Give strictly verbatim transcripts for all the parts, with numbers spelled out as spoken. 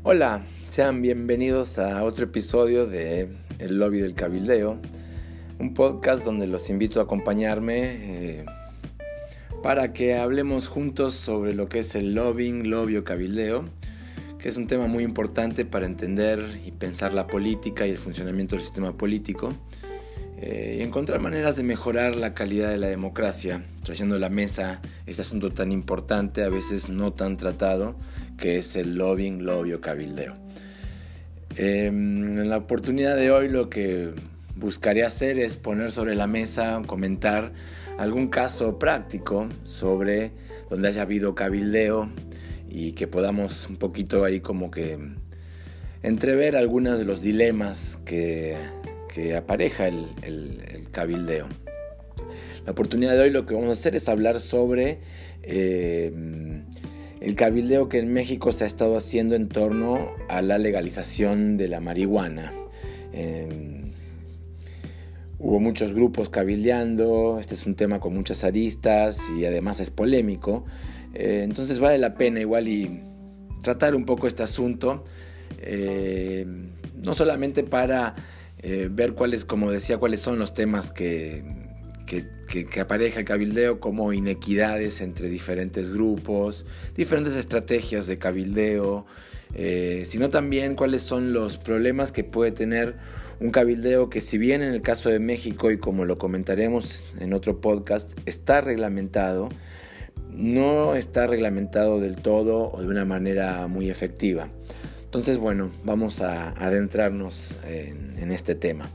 Hola, sean bienvenidos a otro episodio de El Lobby del Cabildeo, un podcast donde los invito a acompañarme eh, para que hablemos juntos sobre lo que es el lobbying, lobby o cabildeo, que es un tema muy importante para entender y pensar la política y el funcionamiento del sistema político, eh, y encontrar maneras de mejorar la calidad de la democracia, trayendo a la mesa este asunto tan importante, a veces no tan tratado, que es el lobbying, lobby o cabildeo. Eh, en la oportunidad de hoy lo que buscaré hacer es poner sobre la mesa, comentar algún caso práctico sobre donde haya habido cabildeo y que podamos un poquito ahí como que entrever algunos de los dilemas que, que apareja el, el, el cabildeo. La oportunidad de hoy lo que vamos a hacer es hablar sobre eh, el cabildeo que en México se ha estado haciendo en torno a la legalización de la marihuana. Eh, hubo muchos grupos cabildeando, este es un tema con muchas aristas y además es polémico. Eh, entonces vale la pena igual y tratar un poco este asunto, eh, no solamente para eh, ver cuáles, como decía, cuáles son los temas que, que, que, que apareja el cabildeo, como inequidades entre diferentes grupos, diferentes estrategias de cabildeo, eh, sino también cuáles son los problemas que puede tener un cabildeo que, si bien en el caso de México, y como lo comentaremos en otro podcast, está reglamentado, no está reglamentado del todo o de una manera muy efectiva. Entonces, bueno, vamos a adentrarnos en, en este tema.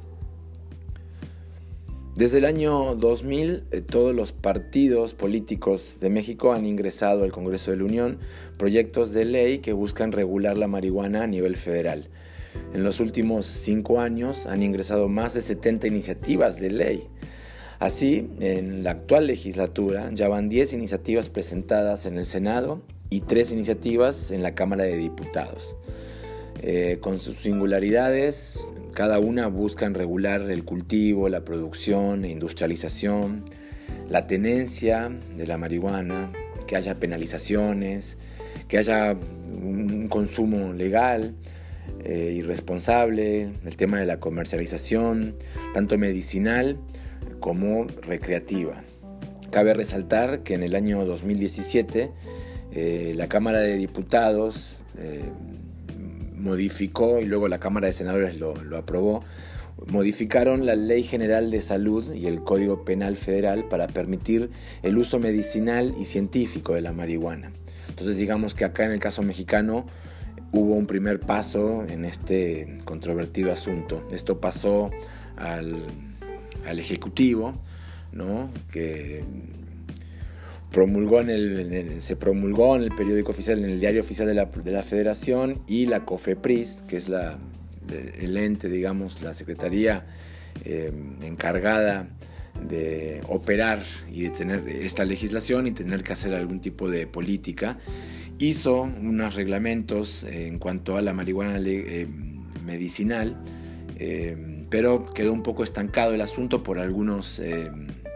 Desde el año dos mil, eh, todos los partidos políticos de México han ingresado al Congreso de la Unión proyectos de ley que buscan regular la marihuana a nivel federal. En los últimos cinco años han ingresado más de setenta iniciativas de ley. Así, en la actual legislatura ya van diez iniciativas presentadas en el Senado y tres iniciativas en la Cámara de Diputados. Eh, con sus singularidades, cada una buscan regular el cultivo, la producción e industrialización, la tenencia de la marihuana, que haya penalizaciones, que haya un consumo legal eh, y responsable, el tema de la comercialización, tanto medicinal como recreativa. Cabe resaltar que en el año dos mil diecisiete eh, la Cámara de Diputados eh, modificó, y luego la Cámara de Senadores lo, lo aprobó, modificaron la Ley General de Salud y el Código Penal Federal para permitir el uso medicinal y científico de la marihuana. Entonces, digamos que acá en el caso mexicano hubo un primer paso en este controvertido asunto. Esto pasó al al Ejecutivo, ¿no? que promulgó en el, en el, se promulgó en el periódico oficial, en el diario oficial de la, de la Federación, y la COFEPRIS, que es la, el ente, digamos, la secretaría eh, encargada de operar y de tener esta legislación y tener que hacer algún tipo de política, hizo unos reglamentos en cuanto a la marihuana eh, medicinal, eh, pero quedó un poco estancado el asunto por algunos, eh,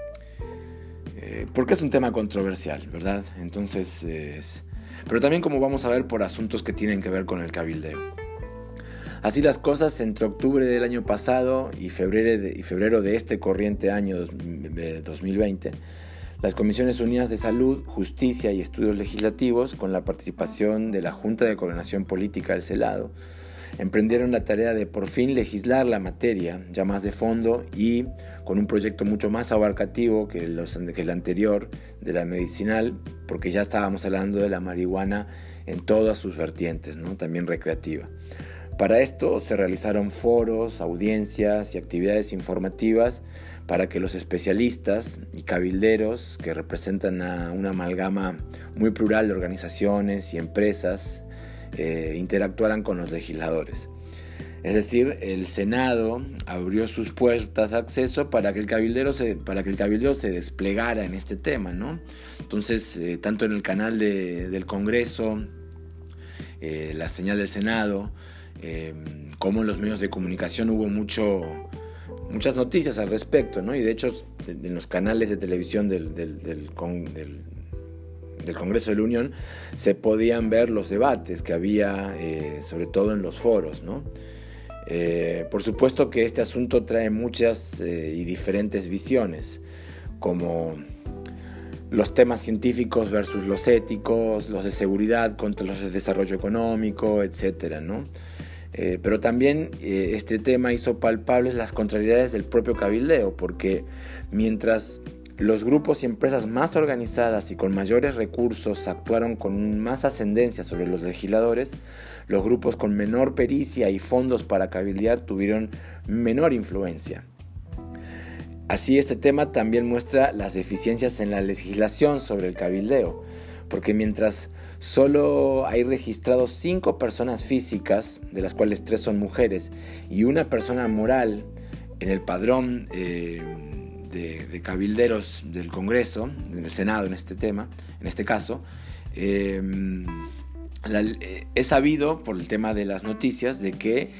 eh, porque es un tema controversial, ¿verdad? Entonces, eh, pero también, como vamos a ver, por asuntos que tienen que ver con el cabildeo. Así las cosas, entre octubre del año pasado y febrero de, y febrero de este corriente año dos mil veinte, las Comisiones Unidas de Salud, Justicia y Estudios Legislativos, con la participación de la Junta de Coordinación Política del Senado, emprendieron la tarea de por fin legislar la materia ya más de fondo y con un proyecto mucho más abarcativo que, los, que el anterior de la medicinal, porque ya estábamos hablando de la marihuana en todas sus vertientes, ¿no? También recreativa. Para esto se realizaron foros, audiencias y actividades informativas para que los especialistas y cabilderos, que representan a una amalgama muy plural de organizaciones y empresas, Eh, interactuaran con los legisladores. Es decir, el Senado abrió sus puertas de acceso para que el cabildero se, para que el cabildeo se desplegara en este tema, ¿no? Entonces, eh, tanto en el canal de, del Congreso, eh, la señal del Senado, eh, como en los medios de comunicación hubo mucho, muchas noticias al respecto, ¿no? Y de hecho, en los canales de televisión del, del, del, del del Congreso de la Unión se podían ver los debates que había, eh, sobre todo en los foros, ¿no? Eh, por supuesto que este asunto trae muchas eh, y diferentes visiones, como los temas científicos versus los éticos, los de seguridad contra los de desarrollo económico, etcétera, ¿no? Eh, pero también eh, este tema hizo palpables las contrariedades del propio cabildeo, porque mientras los grupos y empresas más organizadas y con mayores recursos actuaron con más ascendencia sobre los legisladores, los grupos con menor pericia y fondos para cabildear tuvieron menor influencia. Así, este tema también muestra las deficiencias en la legislación sobre el cabildeo, porque mientras solo hay registrados cinco personas físicas, de las cuales tres son mujeres, y una persona moral en el padrón eh, de, de cabilderos del Congreso, del Senado en este tema, en este caso, eh, la, eh, es sabido por el tema de las noticias de que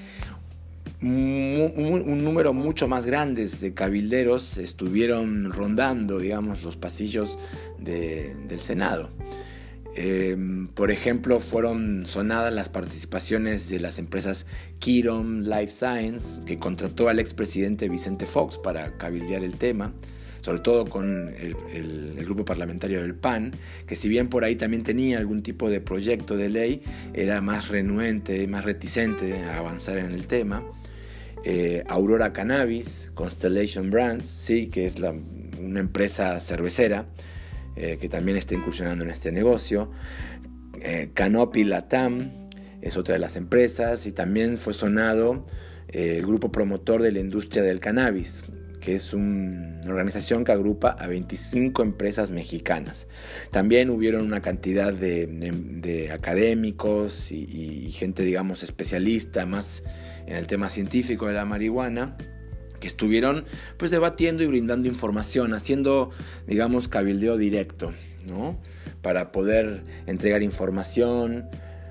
un, un, un número mucho más grande de cabilderos estuvieron rondando, digamos, los pasillos de, del Senado. Eh, por ejemplo, fueron sonadas las participaciones de las empresas Quirónsalud Life Science, que contrató al expresidente Vicente Fox para cabildear el tema, sobre todo con el, el, el grupo parlamentario del P A N, que si bien por ahí también tenía algún tipo de proyecto de ley, era más renuente, más reticente a avanzar en el tema. Eh, Aurora Cannabis, Constellation Brands, sí, que es la, una empresa cervecera, Eh, que también está incursionando en este negocio. eh, Canopy Latam es otra de las empresas, y también fue sonado eh, el grupo promotor de la industria del cannabis, que es un, una organización que agrupa a veinticinco empresas mexicanas. También hubieron una cantidad de, de, de académicos y, y gente, digamos, especialista más en el tema científico de la marihuana, que estuvieron pues debatiendo y brindando información, haciendo, digamos, cabildeo directo, ¿no? Para poder entregar información,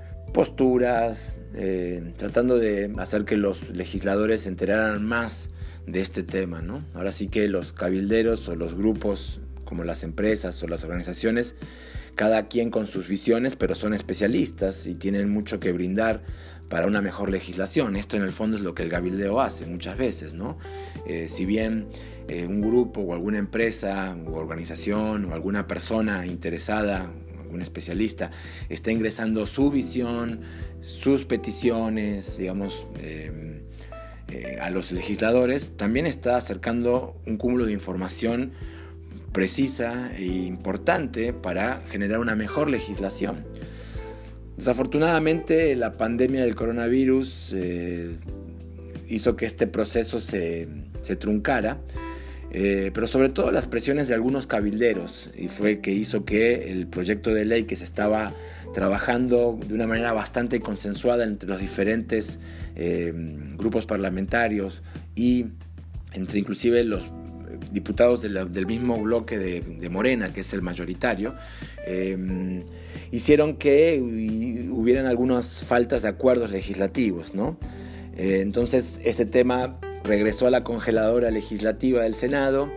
posturas, eh, tratando de hacer que los legisladores se enteraran más de este tema, ¿no? Ahora sí que los cabilderos o los grupos, como las empresas o las organizaciones, cada quien con sus visiones, pero son especialistas y tienen mucho que brindar para una mejor legislación. Esto en el fondo es lo que el cabildeo hace muchas veces, ¿no? Eh, si bien eh, un grupo o alguna empresa o organización o alguna persona interesada, algún especialista, está ingresando su visión, sus peticiones, digamos, eh, eh, a los legisladores, también está acercando un cúmulo de información precisa e importante para generar una mejor legislación. Desafortunadamente, la pandemia del coronavirus eh, hizo que este proceso se, se truncara, eh, pero sobre todo las presiones de algunos cabilderos, y fue que hizo que el proyecto de ley que se estaba trabajando de una manera bastante consensuada entre los diferentes eh, grupos parlamentarios y entre inclusive los diputados de la, del mismo bloque de, de Morena, que es el mayoritario, eh, hicieron que hubieran algunas faltas de acuerdos legislativos, ¿no? Eh, entonces este tema regresó a la congeladora legislativa del Senado,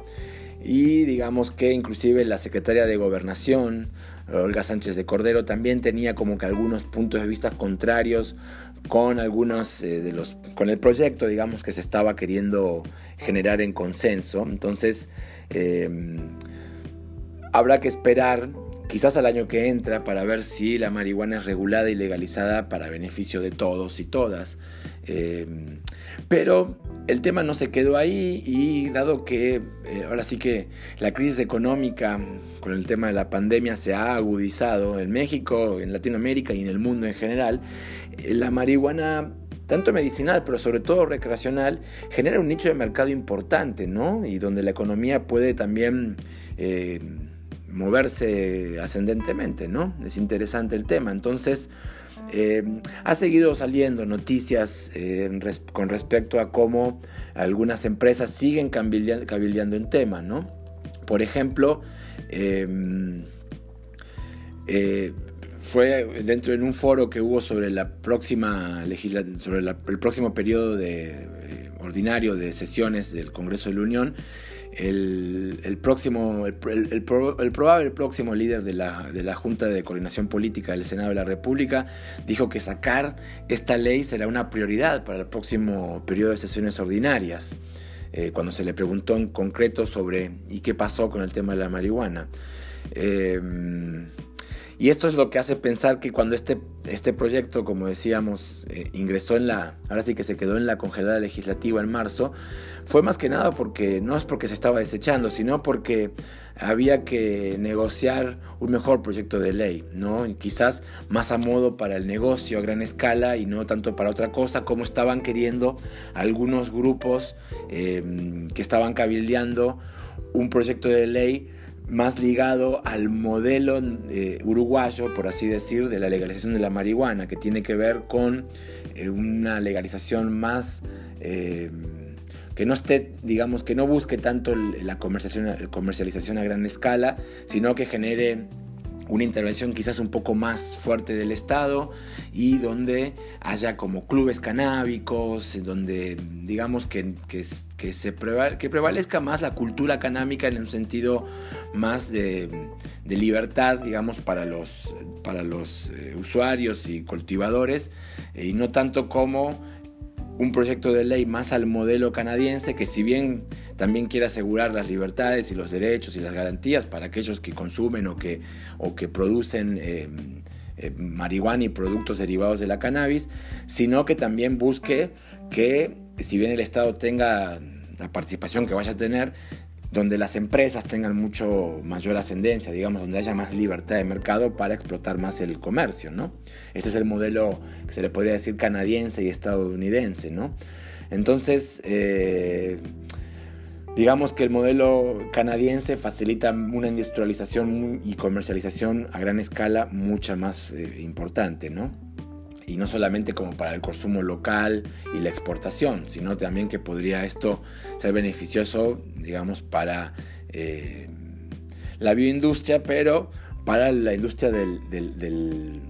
y digamos que inclusive la secretaria de Gobernación, Olga Sánchez de Cordero, también tenía como que algunos puntos de vista contrarios con algunos eh, de los con el proyecto, digamos, que se estaba queriendo generar en consenso. Entonces eh, habrá que esperar quizás al año que entra para ver si la marihuana es regulada y legalizada para beneficio de todos y todas. Eh, pero el tema no se quedó ahí, y dado que eh, ahora sí que la crisis económica con el tema de la pandemia se ha agudizado en México, en Latinoamérica y en el mundo en general, eh, la marihuana, tanto medicinal pero sobre todo recreacional, genera un nicho de mercado importante, ¿no? Y donde la economía puede también eh, moverse ascendentemente, ¿no? Es interesante el tema. Entonces Eh, ha seguido saliendo noticias eh, res, con respecto a cómo algunas empresas siguen cabildeando, cabildeando en tema, ¿no? Por ejemplo, eh, eh, fue dentro de un foro que hubo sobre la próxima legisla, sobre la, el próximo periodo de, eh, ordinario de sesiones del Congreso de la Unión. el, el próximo, el, el, el, el probable próximo líder de la, de la Junta de Coordinación Política del Senado de la República dijo que sacar esta ley será una prioridad para el próximo periodo de sesiones ordinarias, eh, cuando se le preguntó en concreto sobre ¿y qué pasó con el tema de la marihuana? Eh, Y esto es lo que hace pensar que cuando este, este proyecto, como decíamos, eh, ingresó en la, ahora sí que se quedó en la congelada legislativa en marzo, fue más que nada porque, no es porque se estaba desechando, sino porque había que negociar un mejor proyecto de ley, ¿no? Y quizás más a modo para el negocio a gran escala y no tanto para otra cosa, como estaban queriendo algunos grupos eh, que estaban cabildeando un proyecto de ley más ligado al modelo eh, uruguayo, por así decir, de la legalización de la marihuana, que tiene que ver con eh, una legalización más eh, que no esté, digamos, que no busque tanto la comercialización, comercialización a gran escala, sino que genere una intervención quizás un poco más fuerte del Estado y donde haya como clubes canábicos, donde digamos que, que, que, se preval, que prevalezca más la cultura canábica en un sentido más de, de libertad, digamos, para los, para los eh, usuarios y cultivadores, eh, y no tanto como un proyecto de ley más al modelo canadiense, que si bien también quiere asegurar las libertades y los derechos y las garantías para aquellos que consumen o que, o que producen eh, eh, marihuana y productos derivados de la cannabis, sino que también busque que, si bien el Estado tenga la participación que vaya a tener, donde las empresas tengan mucho mayor ascendencia, digamos, donde haya más libertad de mercado para explotar más el comercio, ¿no? Este es el modelo que se le podría decir canadiense y estadounidense, ¿no? Entonces, eh, digamos que el modelo canadiense facilita una industrialización y comercialización a gran escala mucha más eh, importante, ¿no? Y no solamente como para el consumo local y la exportación, sino también que podría esto ser beneficioso, digamos, para eh, la bioindustria, pero para la industria del, del, del,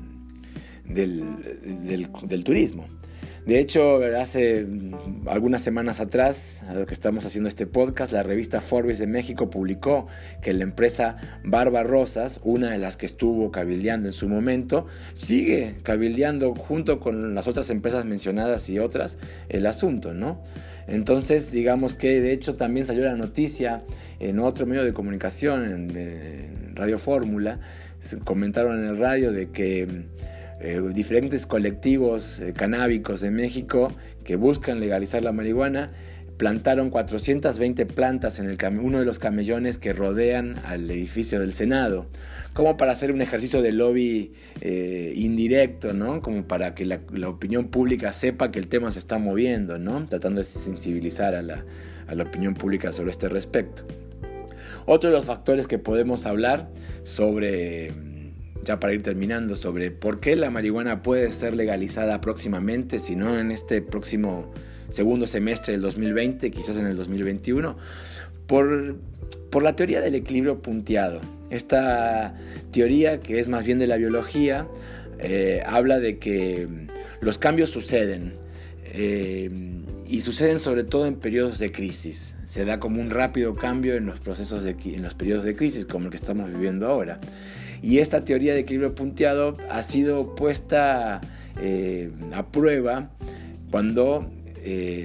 del, del, del turismo. De hecho, hace algunas semanas atrás, a lo que estamos haciendo este podcast, la revista Forbes de México publicó que la empresa Barba Rosas, una de las que estuvo cabildeando en su momento, sigue cabildeando junto con las otras empresas mencionadas y otras el asunto, ¿no? Entonces, digamos que de hecho también salió la noticia en otro medio de comunicación, en, en Radio Fórmula, comentaron en el radio de que Eh, diferentes colectivos eh, canábicos de México que buscan legalizar la marihuana plantaron cuatrocientas veinte plantas en el cam- uno de los camellones que rodean al edificio del Senado, como para hacer un ejercicio de lobby eh, indirecto, ¿no? Como para que la, la opinión pública sepa que el tema se está moviendo, ¿no? Tratando de sensibilizar a la, a la opinión pública sobre este respecto. Otro de los factores que podemos hablar sobre, ya para ir terminando, sobre por qué la marihuana puede ser legalizada próximamente, si no en este próximo segundo semestre del dos mil veinte, quizás en el dos mil veintiuno, por, por la teoría del equilibrio punteado. Esta teoría, que es más bien de la biología, eh, habla de que los cambios suceden, eh, y suceden sobre todo en periodos de crisis. Se da como un rápido cambio en los procesos de, en los periodos de crisis, como el que estamos viviendo ahora. Y esta teoría de equilibrio punteado ha sido puesta eh, a prueba cuando eh,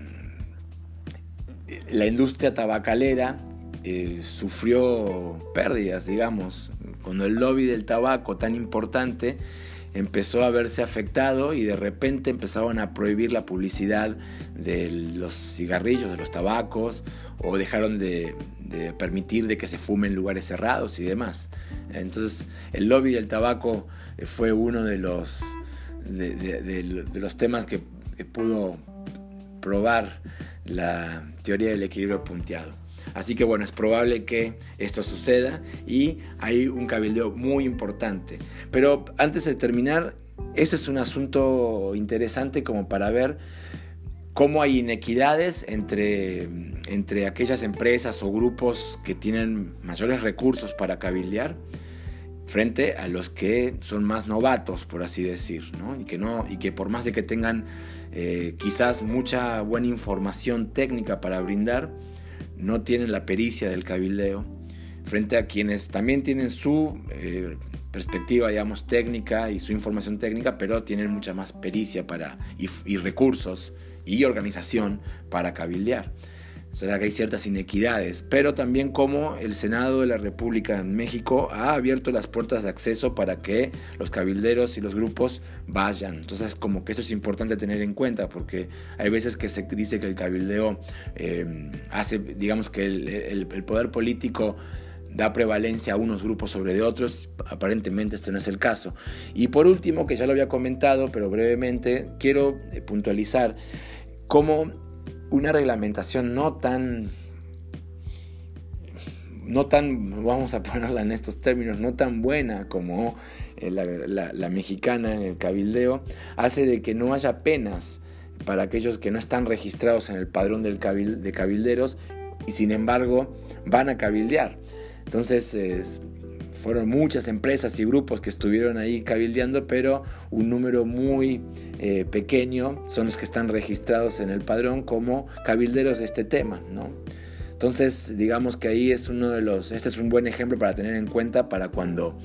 la industria tabacalera eh, sufrió pérdidas, digamos, cuando el lobby del tabaco tan importante empezó a verse afectado y de repente empezaron a prohibir la publicidad de los cigarrillos, de los tabacos, o dejaron de, de permitir de que se fume en lugares cerrados y demás. Entonces el lobby del tabaco fue uno de los, de, de, de, de los temas que, que pudo probar la teoría del equilibrio punteado. Así que bueno, es probable que esto suceda y hay un cabildeo muy importante. Pero antes de terminar, ese es un asunto interesante como para ver cómo hay inequidades entre, entre aquellas empresas o grupos que tienen mayores recursos para cabildear frente a los que son más novatos, por así decir, ¿no? Y que no, y que por más de que tengan eh, quizás mucha buena información técnica para brindar, no tienen la pericia del cabildeo, frente a quienes también tienen su eh, perspectiva, digamos, técnica y su información técnica, pero tienen mucha más pericia para, y, y recursos y organización para cabildear. O sea, que hay ciertas inequidades, pero también como el Senado de la República en México ha abierto las puertas de acceso para que los cabilderos y los grupos vayan. Entonces, como que eso es importante tener en cuenta, porque hay veces que se dice que el cabildeo eh, hace, digamos que el, el, el poder político da prevalencia a unos grupos sobre de otros. Aparentemente este no es el caso. Y por último, que ya lo había comentado, pero brevemente, quiero puntualizar cómo una reglamentación no tan, no tan, vamos a ponerla en estos términos, no tan buena como la, la, la mexicana en el cabildeo, hace de que no haya penas para aquellos que no están registrados en el padrón del cabil, de cabilderos y sin embargo van a cabildear. Entonces es, fueron muchas empresas y grupos que estuvieron ahí cabildeando, pero un número muy eh, pequeño son los que están registrados en el padrón como cabilderos de este tema, ¿no? Entonces, digamos que ahí es uno de los, este es un buen ejemplo para tener en cuenta para cuando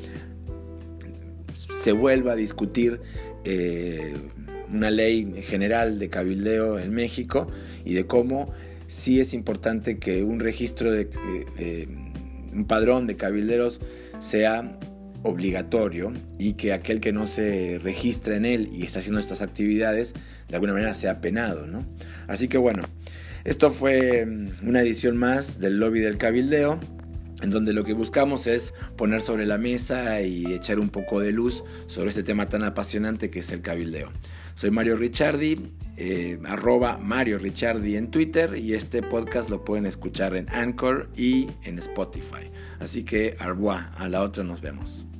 se vuelva a discutir eh, una ley general de cabildeo en México y de cómo sí es importante que un registro de, de un padrón de cabilderos sea obligatorio y que aquel que no se registra en él y está haciendo estas actividades de alguna manera sea penado, ¿no? Así que bueno, esto fue una edición más del Lobby del Cabildeo, en donde lo que buscamos es poner sobre la mesa y echar un poco de luz sobre este tema tan apasionante que es el cabildeo. Soy Mario Ricciardi, eh, arroba Mario Ricciardi en Twitter, y este podcast lo pueden escuchar en Anchor y en Spotify. Así que, au revoir, a la otra nos vemos.